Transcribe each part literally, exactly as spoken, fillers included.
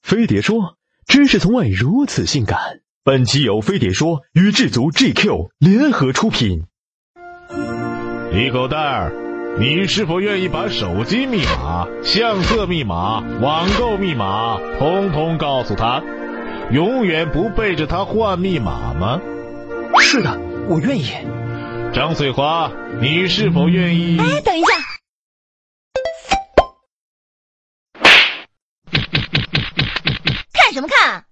飞碟说，知识从未如此性感。本集由飞碟说与智足 G Q 联合出品。 李狗蛋儿，你是否愿意把手机密码、相册密码、网购密码通通告诉他，永远不背着他换密码吗？ 是的，我愿意。 张翠华，你是否愿意？ 哎，等一下。看什么看？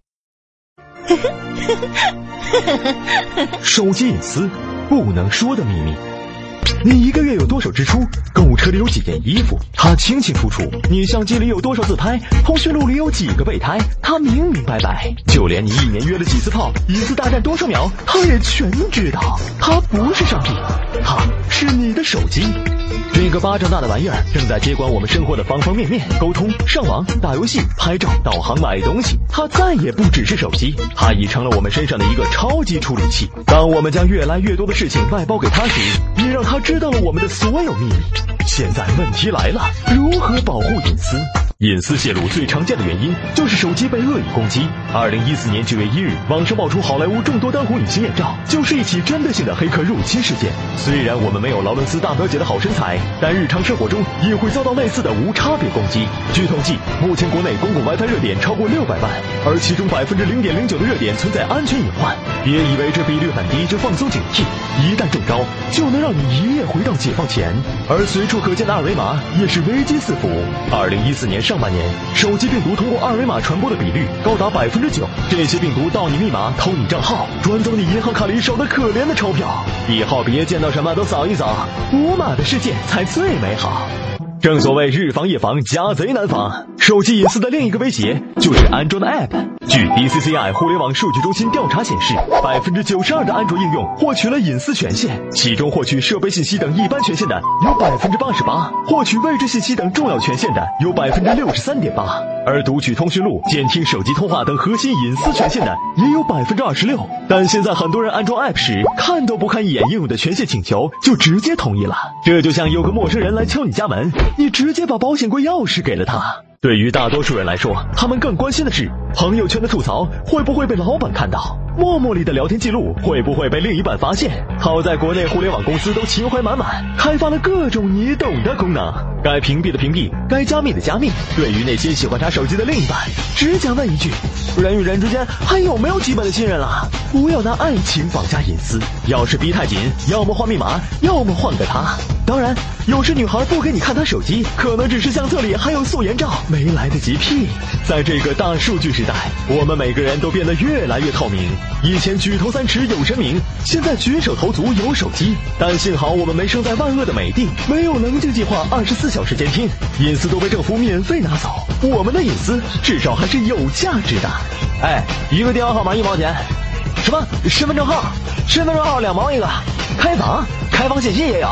手机隐私不能说的秘密。你一个月有多少支出？购物车里有几件衣服？他清清楚楚。你相机里有多少自拍？通讯录里有几个备胎？他明明白白。就连你一年约了几次炮，一次大战多少秒，他也全知道。他不是商品，他是你的手机。这个巴掌大的玩意儿正在接管我们生活的方方面面，沟通、上网、打游戏、拍照、导航、买东西。它再也不只是手机，它已成了我们身上的一个超级处理器。当我们将越来越多的事情外包给它时，也让它知道了我们的所有秘密。现在问题来了，如何保护隐私？隐私泄露最常见的原因就是手机被恶意攻击。二零一四年九月一日，网上爆出好莱坞众多当红影星艳照，就是一起针对性的黑客入侵事件。虽然我们没有劳伦斯大表姐的好身材，但日常生活中也会遭到类似的无差别攻击。据统计，目前国内公共 WiFi 热点超过六百万，而其中 百分之零点零九 的热点存在安全隐患。别以为这比率很低就放松警惕，一旦中招，就能让你一夜回到解放前。而随处可见的二维码也是危机四伏。二零一四年上半年，手机病毒通过二维码传播的比率高达百分之九。这些病毒盗你密码、偷你账号，转走你银行卡里少得可怜的钞票。以后别见到什么都扫一扫，无码的世界才最美好。正所谓日防夜防，家贼难防。手机隐私的另一个威胁就是安装的 App。据 D C C I 互联网数据中心调查显示， 百分之九十二 的安卓应用获取了隐私权限，其中获取设备信息等一般权限的有 百分之八十八， 获取位置信息等重要权限的有 百分之六十三点八， 而读取通讯录、监听手机通话等核心隐私权限的也有 百分之二十六。 但现在很多人安装 App 时，看都不看一眼应用的权限请求就直接同意了。这就像有个陌生人来敲你家门，你直接把保险柜钥匙给了他。对于大多数人来说，他们更关心的是朋友圈的吐槽会不会被老板看到，陌陌里的聊天记录会不会被另一半发现。好在国内互联网公司都情怀满满，开发了各种你懂的功能，该屏蔽的屏蔽，该加密的加密。对于那些喜欢查手机的另一半，只想问一句，人与人之间还有没有基本的信任了？不要拿爱情绑架隐私，要是逼太紧，要么换密码，要么换个他。当然，有时女孩不给你看她手机，可能只是相册里还有素颜照，没来得及 P。 在这个大数据时代，我们每个人都变得越来越透明。以前举头三尺有神明，现在举手投足有手机。但幸好我们没生在万恶的美地，没有棱镜计划二十四小时监听，隐私都被政府免费拿走，我们的隐私至少还是有价值的。哎，一个电话号码一毛钱。什么？身份证号？身份证号两毛一个。开房？开房信息也有。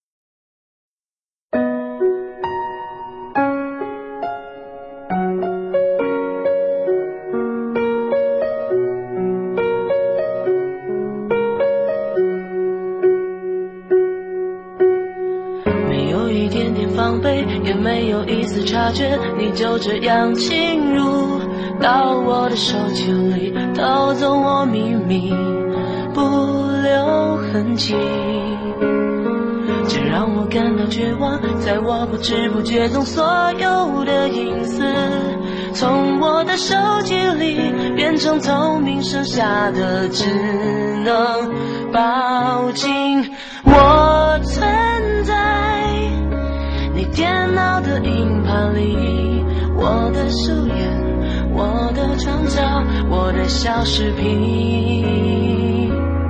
防备也没有一丝察觉，你就这样侵入到我的手机里，偷走我秘密，不留痕迹。这让我感到绝望，在我不知不觉中，所有的隐私从我的手机里变成透明，剩下的只能抱紧我存在你电脑的硬盘里，我的素颜，我的创造，我的小视频，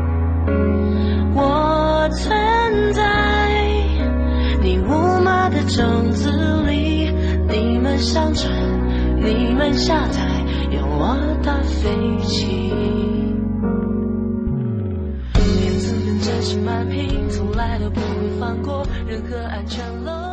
我存在你无码的种子里，你们上传，你们下载，用我打飞机，电子跟真实满屏，从来都不会放过任何安全漏